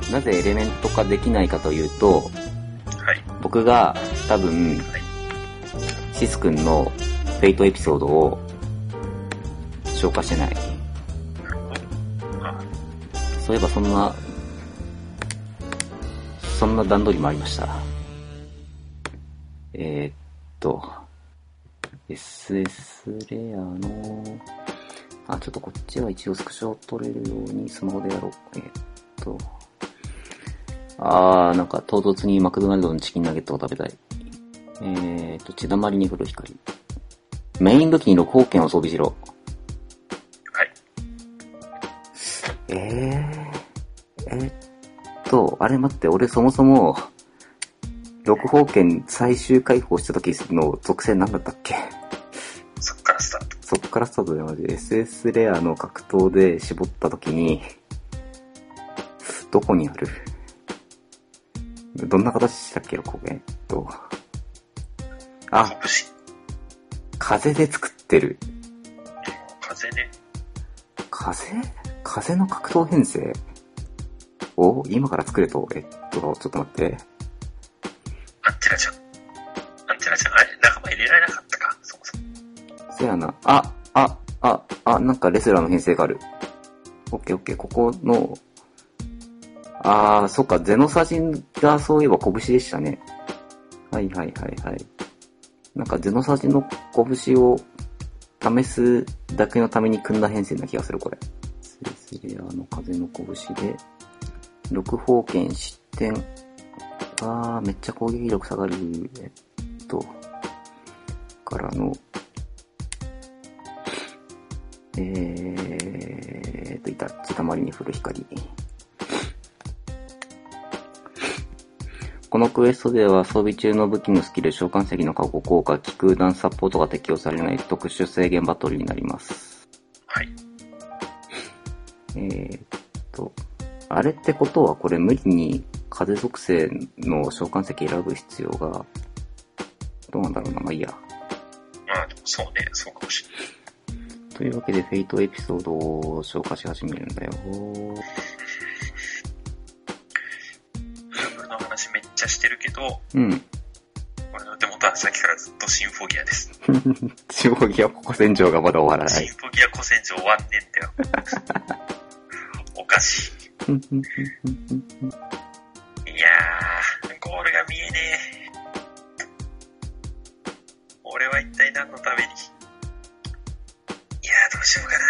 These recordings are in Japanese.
なぜエレメント化できないかというと、 はい。 僕が多分、 はい。 シス君のフェイトエピソードを消化してない。 なるほど。あ、 そういえばそんな段取りもありました。SS レアの、ちょっとこっちは一応スクショ撮れるようにスマホでやろう。なんか唐突にマクドナルドのチキンナゲットを食べたい。血だまりに降る光。メイン武器に6宝剣を装備しろ。 はい。 あれ待って、俺そもそも、6宝剣最終解放した時の属性何だったっけ？ そっからスタート。 そっからスタートでマジで SS レアの格闘で絞った時に、どこにある？どんな形したっけ、6宝剣。 拳。 風で作ってる。 風ね。 風の格闘編成を今から作れと、ちょっと待って。 アンテナちゃん。あれ仲間入れられなかったか、そもそも。 せやな。なんかレスラーの編成がある。オッケー、ここの、そっか、ゼノサジンがそういえば拳でしたね。はい。なんかゼノサジンの拳を試すだけのために組んだ編成な気がする、これ。スレアの風の拳で、6宝剣失点。めっちゃ攻撃力下がる。からの、血だまりに降る光。このクエストでは装備中の武器のスキル、召喚石の過去効果、気空弾サポートが適用されない特殊制限バトルになります。 はい。 あれってことはこれ無理に風属性の召喚石選ぶ必要が、どうなんだろうな、まあいいや。 でもそうね、そうかもしれない。 というわけでフェイトエピソードを消化し始めるんだよ。 話めっちゃしてるけど、 うん。 俺の手元はさっきからずっとシンフォギアです。 シンフォギア古戦場がまだ終わらない。 シンフォギア古戦場終わんねえんだよ。おかしい。いやー、ゴールが見えねえ。俺は一体何のために。いやー、どうしようかな。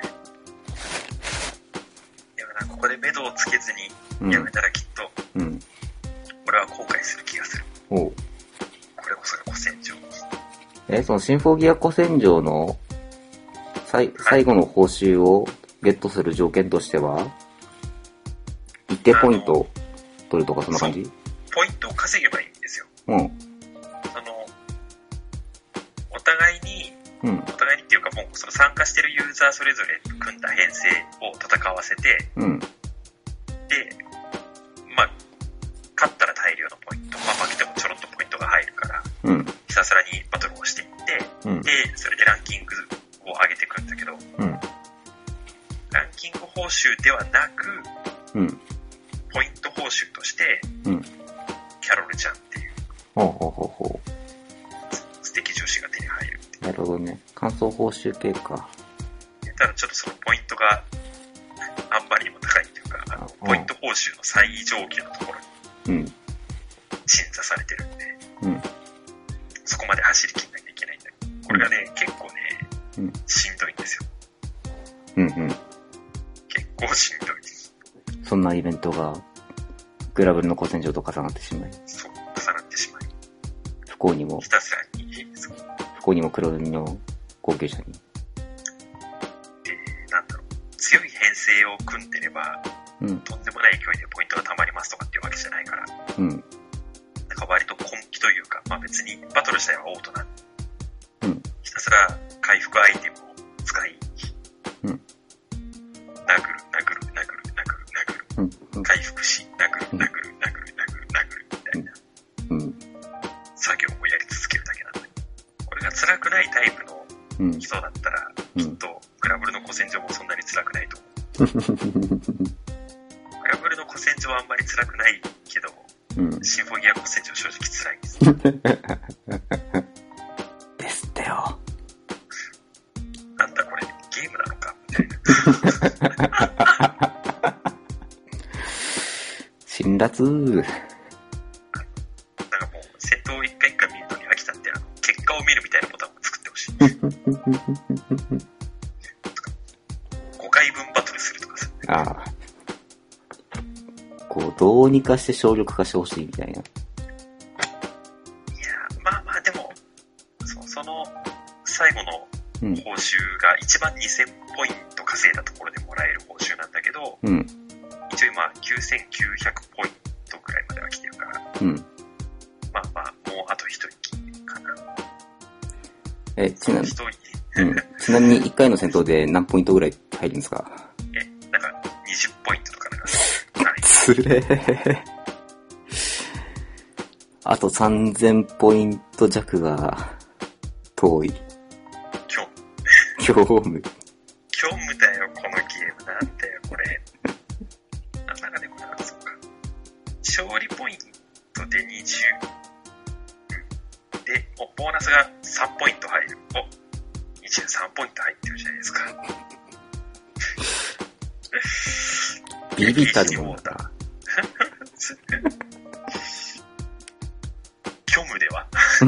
でもな、ここで目処をつけずにやめたらきっと、俺は後悔する気がする。これこそが古戦場。 そのシンフォギア古戦場の最後の報酬をゲットする条件としては、一定ポイントを取るとかそんな感じ？ ポイントを稼げばいいんですよ。お互いにっていうかもうその参加してるユーザーそれぞれ組んだ編成を戦わせて、で、勝ったら大量のポイント、負けてもちょろっとポイントが入るから、ひたすらにバトルをしていって、で、それでランキングを上げていくんだけど、ランキング報酬ではなく、ポイント報酬として、キャロルちゃんっていう、素敵女子が手に入るっていう。 なるほどね。感想報酬系か。 ただちょっとそのポイントがあんまりにも高いっていうか、ポイント報酬の最上級のところに審査されてるんで、そこまで走り切んなきゃいけないんだけど、これがね、結構ね、しんどいんですよ。結構しんどいです。 そんなイベントがグラブルの古戦場と重なってしまい。 そう、重なってしまい。 不幸にも。 ひたすらに、 不幸にも黒組の高級者に。 強い編成を組んでれば、とんでもない勢いでポイントが溜まりますとかっていうわけじゃないから、なんか割と根気というか、別にバトル自体はオートなんで、ひたすら回復アイテムを使い、殴る、回復し、殴るみたいな、作業をやり続けるだけなんだ。これが辛くないタイプの人だったら、きっとグラブルの古戦場もそんなに辛くないと思う。グラブルの古古戦場はあんまり辛くないけど、シンフォギア古戦場正直辛いです。 ですってよ。 なんだこれ、ゲームなのかみたいな。 辛辣。 なんかもう、戦闘を一回一回見るのに飽きたんで、結果を見るみたいなボタンを作ってほしい。5回分バトルするとかさ。 ああ。こう、どうにかして省力化してほしいみたいな。いや、 まあまあでも、その、最後の報酬が1万2000ポイント稼いだところでもらえる報酬なんだけど、一応今9900ポイントくらいまでは来てるから、まあまあ、もうあと一息かな。 ちなみに1回の戦闘で何ポイントぐらい入るんですか？ なんか20ポイントとかなんか。 つれー。あと3000ポイント弱が遠い。虚無。虚無だよ、このゲームなんだよ、これ。なんかでもな、そうか。勝利ポイントで20。で、ボーナスが3ポイント入る。23ポイント入ってるじゃないですか。 ビビったるもんだ。 虚無では。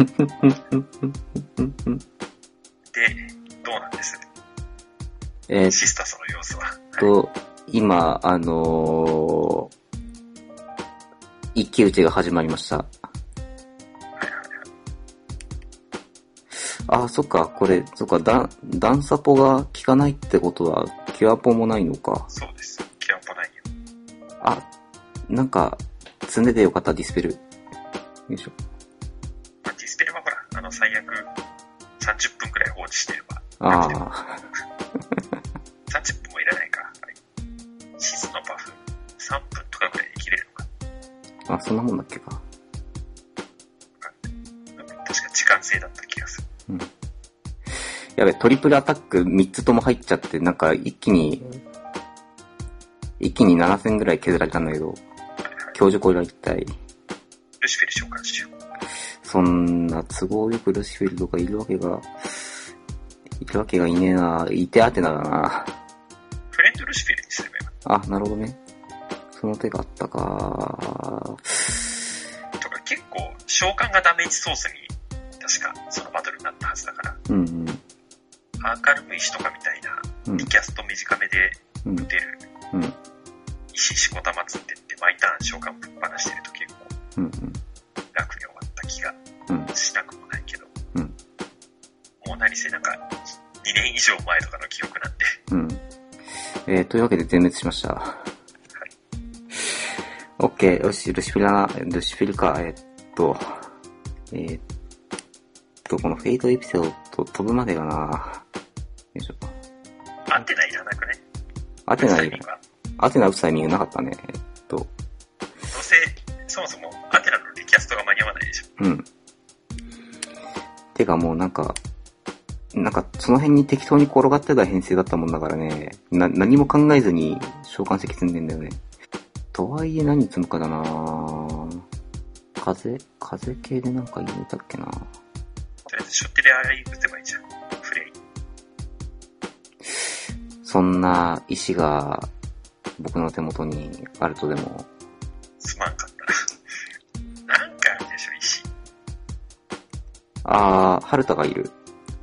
で、どうなんですシスタスの様子は。 今、一騎打ちが始まりました。あ、そっか、段サポが効かないってことは、キュアポもないのか。 そうです。キュアポないよ。 あ、なんか、積んでてよかった、ディスペル。よいしょ。 ディスペルはほら、最悪、30分くらい放置してれば。 ああ。 30分もいらないか。シスのバフ、3分とかくらいで切れるのか。 あ、そんなもんだっけか。 確か時間制だった気がする。 やべ、トリプルアタック3つとも入っちゃって、なんか一気に7000ぐらい削られたんだけど、教授これは一体。 ルシフェル召喚しよう。 そんな都合よくルシフェルとかいるわけがいねえな。いてあてなだな。 フレンドルシフェルにすればよ。 あ、なるほどね。その手があったか。 とか結構、召喚がダメージソースに、確かそのバトルになったはずだから。アーカルム石とかみたいな、リキャスト短めで打てる、石しこたまつってって毎ターン召喚ぶっ放してると結構、楽に終わった気がしなくもないけど、もう何せなんか、2年以上前とかの記憶なんで。というわけで全滅しました。はい。OK、よし、ルシフィルか、このフェイトエピソード飛ぶまでがな。よいしょ。 アテナいらなくね？ アテナ打つタイミングなかったね。 どうせ、そもそもアテナのリキャストが間に合わないでしょ。 てかもうなんかその辺に適当に転がってた編成だったもんだからね。何も考えずに召喚石積んでんだよね。とはいえ何積むかだな。風系でなんか言うたっけな。 とりあえず、ショッテであれ打てばいいじゃん。フレイ。 そんな石が僕の手元にあるとでも。 すまんかったら。なんかあるでしょ、石。 ハルタがいる。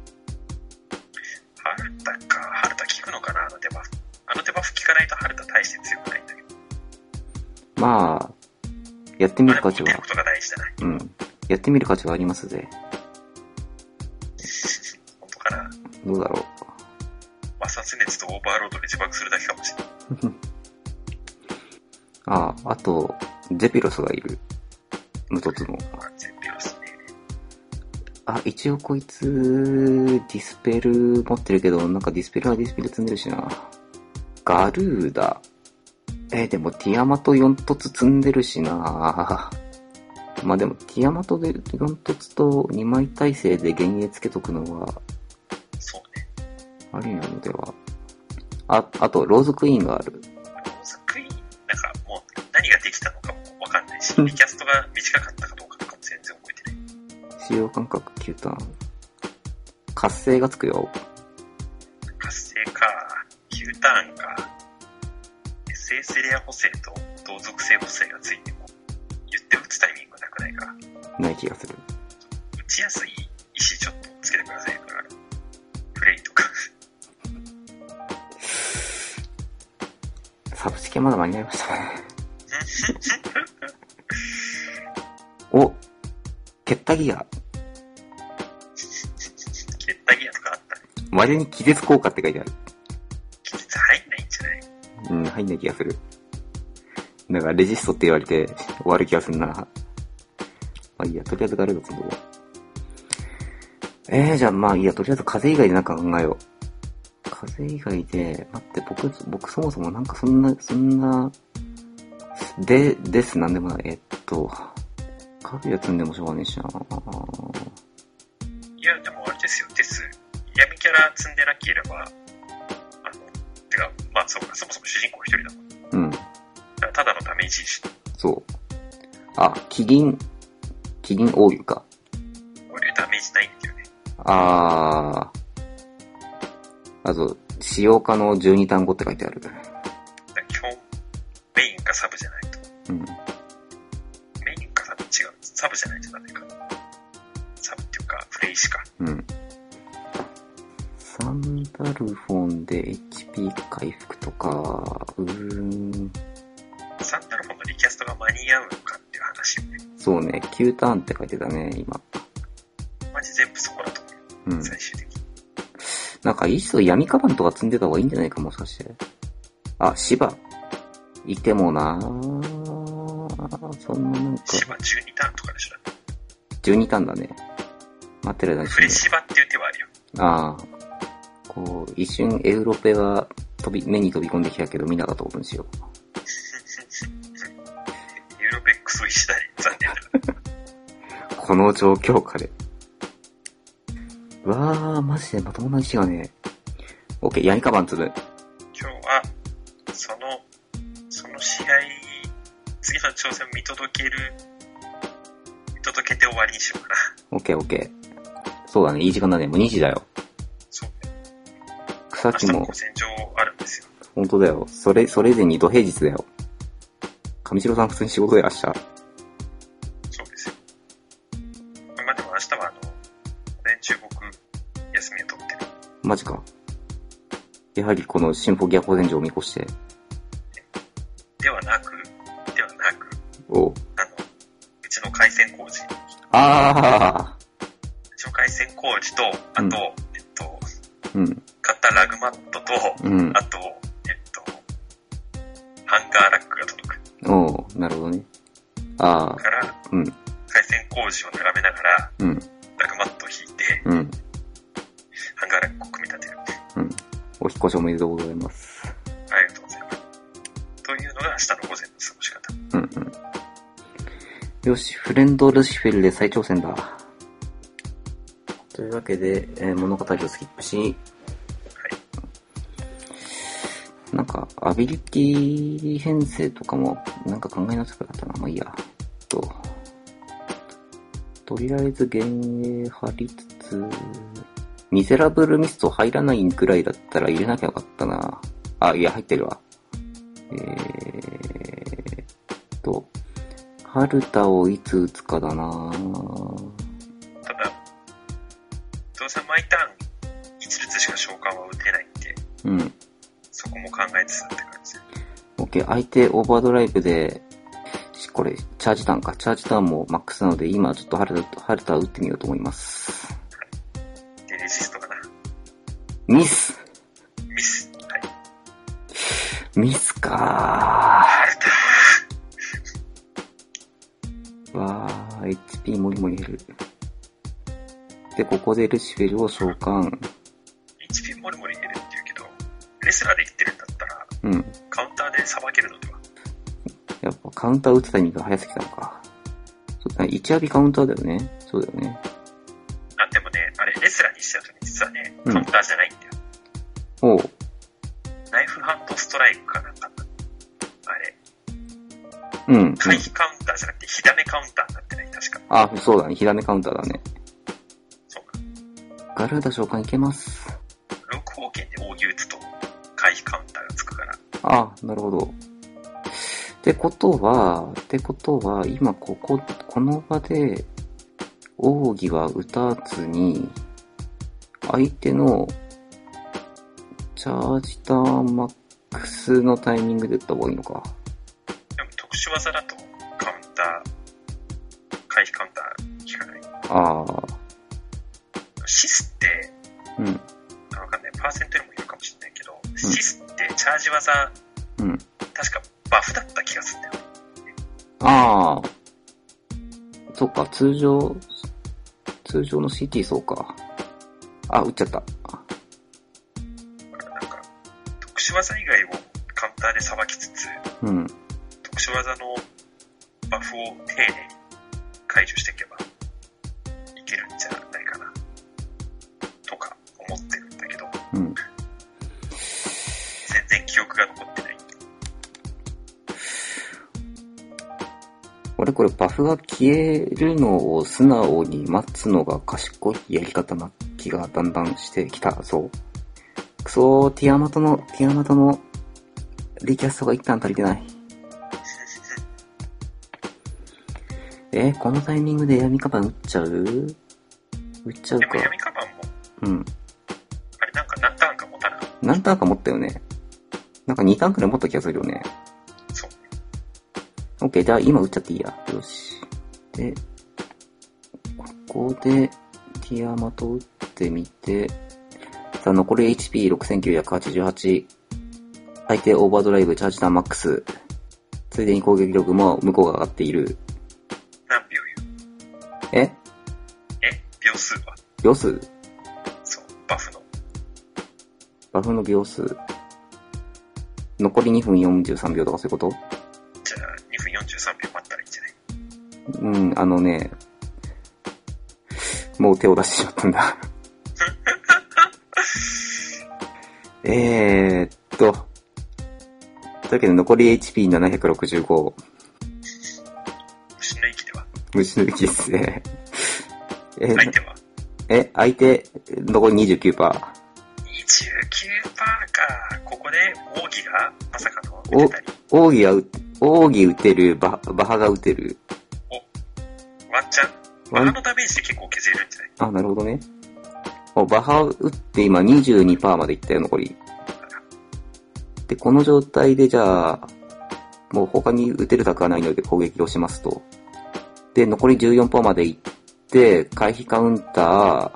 ハルタ効くのかな、あのデバフ。あのデバフ効かないとハルタ大して強くないんだけど。 まあ、やってみる価値は。 ことが大事だな。 やってみる価値はありますぜ。 本当かな。 どうだろう。 摩擦熱とオーバーロードで自爆するだけかもしれない。 あと、ゼピロスがいる。無凸の。 ゼピロスね。 一応こいつ、ディスペル持ってるけど、なんかディスペルはディスペル積んでるしな。ガルーダ。でもティアマト4凸積んでるしな。まあでもティアマトで4凸と2枚耐性で幻影つけとくのは、 そうね。 ありなのでは。あと、ローズクイーンがある。 ローズクイーンなんかもう何し、リキャストが短かったかどうかとかも全然覚えてない。 使用間隔9ターン。活性がつくよ。 活性か、9ターンか。SS レア補正と同属性補正がついても、言って打つタイミングなくないか。 ない気がする。 打ちやすい石ちょっとつけてください。だから、プレイとか。 サブチケまだ間に合いましたね。お、ケッタギア。 ケッタギアとかあったね。 割に気絶効果って書いてある。 気絶入んないんじゃない？ うん、入んない気がする。だからレジストって言われて終わる気がするな。まあいいや、とりあえずガルドツのとこ。じゃあまあいいや、とりあえず風以外でなんか考えよう。風以外で、待って、僕そもそもなんかそんな、ですなんでもない。かぐや積んでもしょうがねえしな。 いや、でもあれですよ、です。闇キャラ積んでなければ、てか、まあそうか、そもそも主人公一人だもん。 うん。 ただのダメージ石。 そう。あ、キリンオーユか。 オーユダメージないんだよね。 あと、使用可能12単語って書いてある。 基本、メインかサブじゃないと。 うん。 メインかサブ違う。サブじゃないとダメか。サブっていうか、フレイシか。 うん。サンダルフォンで HP 回復とか、 サンダルフォンのリキャストが間に合うのかっていう話よね。 そうね、9ターンって書いてたね、今。 マジ全部そこだと思う。うん。最終的に。 なんか、いっそ闇カバンとか積んでた方がいいんじゃないか、もしかして。あ、芝。いてもなぁ。そんななんか。 芝12ターンとかでしょ。 12ターンだね。待ってる間に。 フレ芝っていう手はあるよ。 ああ。こう、一瞬エウロペは目に飛び込んできたけど見なかったことにしよう。 エウロペクソ石だね。残念だ。 この状況下で。うわー、マジでまともな石がね。オッケー、闇カバン積む。 今日は、その試合、次の挑戦を見届けて終わりにしようかな。 オッケー。そうだね、いい時間だね。もう2時だよ。 そうね。 草木も。 明日も戦場あるんですよ。 本当だよ。それ以前に土平日だよ。上白さん普通に仕事で明日。そうですよ。まあでも明日は午前中僕、休みを取ってる。 マジか。やはりこのシンフォギア保全所を見越して。 ではなく、 おう。 うちの回線工事。うちの回線工事と、あと、買ったラグマットと、あと、ハンガーラックが届く。 おう、なるほどね。から、 回線工事を眺めながら、ラグマットを引いて、ハンガーラックを組み立てる。 お引越しおめでとうございます。 ありがとうございます。というのが明日の午前の過ごし方。 よし、フレンドルシフェルで再挑戦だ。というわけで、物語をスキップし、なんか、アビリティ編成とかも、なんか考えなさかったな。まあいいや。とりあえず幻影貼りつつ、ミゼラブルミスト入らないくらいだったら入れなきゃよかったな。あ、いや、入ってるわ。ハルタをいつ打つかだな。 ただ、どうせ毎ターン1列しか召喚は打てないんで、そこも考えつつって感じです。 OK、相手オーバードライブで、これ、チャージターンか。チャージターンもマックスなので、今ちょっとハルタ打ってみようと思います。 で、レジストかな。 ミス。 はい。 ミスかー。 ハルタわー、HP もりもり減る。で、ここでルシフェルを召喚。 HP もりもり減るって言うけど、レスラーで言ってるんだったら、カウンターでさばけるのでは。 やっぱカウンター打つタイミングが早すぎたのか。そうだね、1アビカウンターだよね。そうだよね。 でもね、あれ、レスラーにしちゃうとね、実はね、カウンターじゃないんだよ。 おう。 ナイフハンドストライクかなんか。あれ。 回避カウンターーじゃなくて、火ダメカウンターになってない、確か。 あ、そうだね。火ダメカウンターだね。 そうか。 ガルーダ召喚いけます。 6方圏で扇打つと、回避カウンターがつくから。 あ、なるほど。ってことは、今この場で、奥義は打たずに、相手の、チャージターンマックスのタイミングで打った方がいいのか。 でも特殊技だと、カウンター、回避カウンター効かない。 ああ。シスって、 うん。 わかんない。パーセントにもいるかもしれないけど、シスってチャージ技、 うん。 確かバフだった気がするんだよ。 ああ。そっか、通常の CT そうか。あ、打っちゃった。 なんか、特殊技以外をカウンターでさばきつつ、 うん。 特殊技のバフを丁寧に解除していけばいけるんじゃないかなとか思ってるんだけど、 うん、 全然記憶が残ってない。 俺これバフが消えるのを素直に待つのが賢いやり方な気がだんだんしてきた。そう。くそー、ティアマトのリキャストが一旦足りてない。このタイミングで闇カバン打っちゃうか。 でも闇カバンも、 うん。 あれなんか何ターンか持たない。 何ターンか持ったよね。なんか2ターンくらい持った気がするよね。 そう。 オッケー、じゃあ今打っちゃっていいや。よし。で、ここで、ティアマト打ってみて、さあ残り HP6988。相手オーバードライブ、チャージターンマックス。ついでに攻撃力も向こうが上がっている。 何秒言う？秒数は？ 秒数？ そう、バフの秒数。残り2分43秒とかそういうこと？ じゃあ、2分43秒待ったらいいんじゃない？ もう手を出してしまったんだ。というわけで残り HP765。 虫の息では？ 虫の息ですね。 相手は？ 相手、残り 29%。 29%か。ここで、奥義が、まさかの打てたり。 奥義打てる、バハが打てる。 ワンチャン。バハのダメージで結構削れるんじゃない？ あ、なるほどね。バハ打って今 22% までいったよ、残り。で、この状態でじゃあ、もう他に打てる策はないので攻撃をしますと。で、残り 14% までいって、回避カウンタ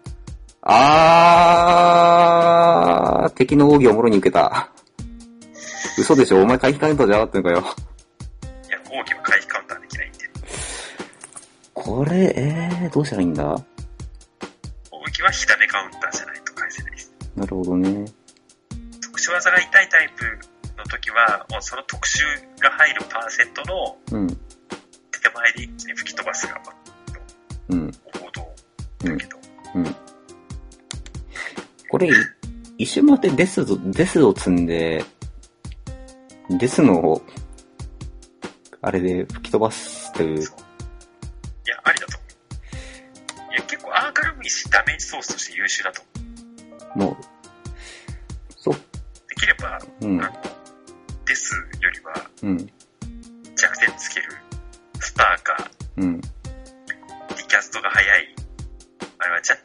ー、敵の奥義をもろに受けた。嘘でしょ？お前回避カウンターじゃなかったのかよ。 いや、奥義は回避カウンターできないんで。 これ、どうしたらいいんだ？ 奥義は火ダメカウンターじゃないと返せないです。 なるほどね。 特殊技が痛いタイプの時は、もうその特殊が入るパーセントの手前で一気に吹き飛ばすが、王道だけど。 これ、一瞬待ってデスを積んで、デスの、あれで吹き飛ばすという。 いや、ありだと思う。いや、結構アーカルム石ダメージソースとして優秀だと思う。 もう、そう。 できれば、デスよりは、弱点つけるスターか、リキャストが早い、あれはジャッ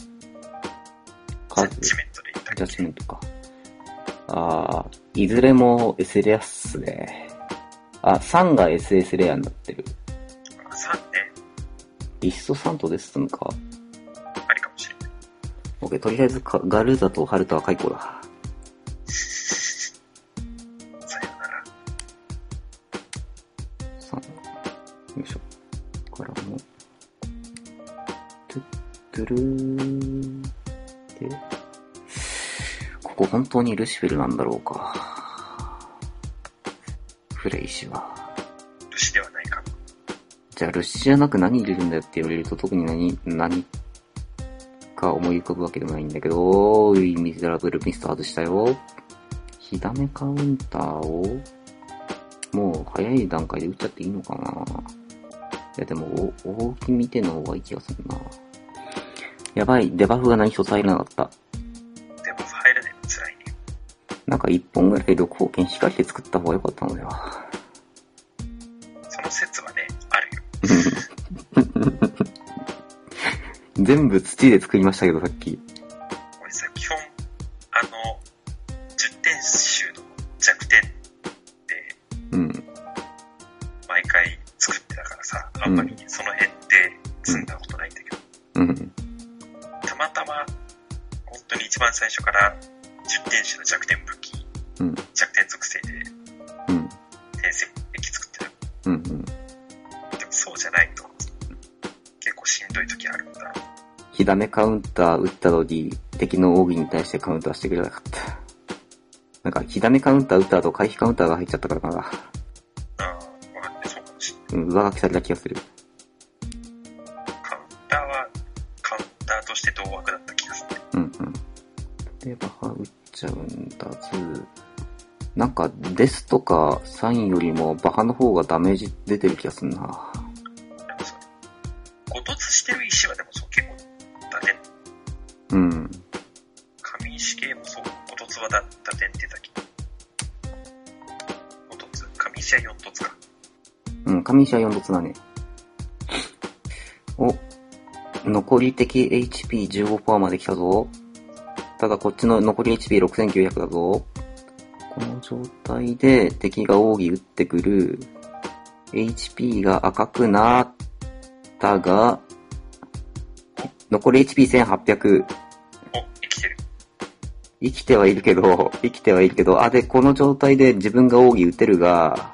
ジメントでいったっけ？ ジャッジメントか。いずれも S レアっすね。3が SS レアになってる。 3ね。 リスト3とデス積むか。 ありかもしれない。 OK、とりあえずガルーザとハルトは解雇だ。 さよなら。 よいしょ。からも。トゥルーで、ここ本当にルシフェルなんだろうか。フレイ氏は。 ルシではないか。 じゃあルシじゃなく何入れるんだよって言われると特に何か思い浮かぶわけでもないんだけど、ミゼラブルミスト外したよ。火ダメカウンターをもう早い段階で打っちゃっていいのかな。いやでも、大き見ての方がいい気がするな。やばい、デバフが何一つ入らなかった。 デバフ入らないの辛いね。 なんか一本ぐらい6宝剣光で作った方が良かったのでは。 その説はね、あるよ。 全部土で作りましたけど、さっき。 俺さ、基本、10点集の弱点で、毎回作ってたからさ、あんまりその辺で積んだことないんだけど、たまたま、本当に一番最初から10点集の弱点武器、弱点属性で、転生液作ってた。でもそうじゃないと、結構しんどい時あるんだろう。 火ダメカウンター打ったのに、敵の奥義に対してカウンターしてくれなかった。なんか、火ダメカウンター打った後、回避カウンターが入っちゃったからかな。 わかんない、そうかもしれない。 上書きされた気がする。 カウンターは、カウンターとして同枠だった気がする。 で、バハ打っちゃうんだず。なんか、デスとかサインよりもバハの方がダメージ出てる気がするな。でもそう。ご突してる石はでもそう、結構、打点。紙石系もそう、ご突は打点ってだけ。ご突、紙石は4突か。 紙石は4突だね。お、残り敵 HP15% まで来たぞ。ただこっちの残り HP6900 だぞ。この状態で敵が奥義打ってくる。HP が赤くなったが、残り HP1800。 お、生きてる。 生きてはいるけど、で、この状態で自分が奥義打てるが、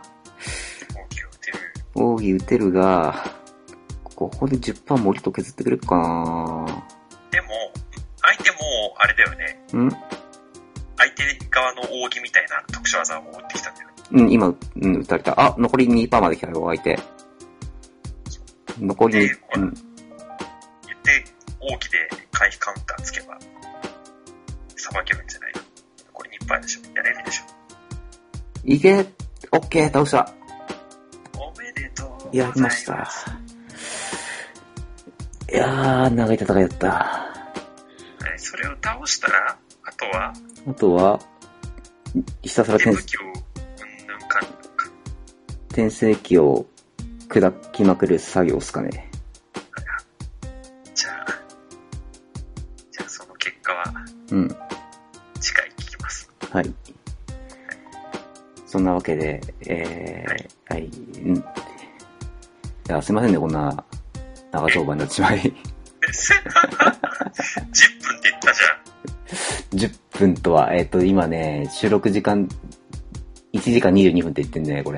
ここで 10% 森と削ってくれるかな。 でも、相手も、あれだよね。相手側の奥義みたいな特殊技を打ってきたんだよね。 今、打たれた。残り 2% まで来たよ、相手。残り2、 言って、奥義で回避カウンターつけば、さばけるんじゃないの。これ 2% でしょ。やれるでしょ。 いけ、オッケー、倒した。 おめでとうございます。 やりました。いやー、長い戦いだった。 それを倒したら、あとは、ひたすら武器をかんか。 転生機を砕きまくる作業っすかね。 じゃあその結果は、次回聞きます。 はい。そんなわけで、はい。いや、すいませんね、こんな長丁場になってしまい。 10分って言ったじゃん。 10分とは、今ね、収録時間、1時間22分って言ってんね、これ。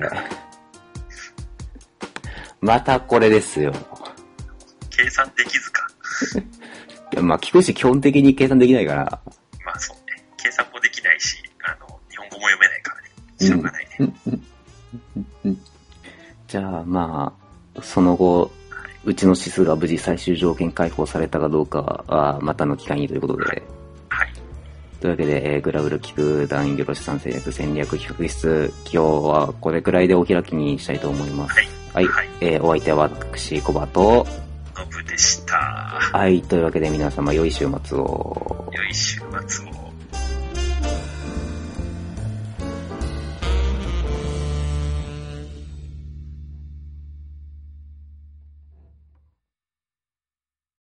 またこれですよ。 計算できずか。 いや、聞くし基本的に計算できないから。 まあそうね。計算もできないし、日本語も読めないからね。しょうがないね。 じゃあその後、うちの指数が無事最終条件解放されたかどうかは、またの機会にということで。はい。というわけで、グラブル聞く団員よろしさん戦略戦略企画室、今日はこれくらいでお開きにしたいと思います。はい。お相手は私、コバと、 ノブでした。 はい。というわけで皆様、良い週末を。 良い週末を。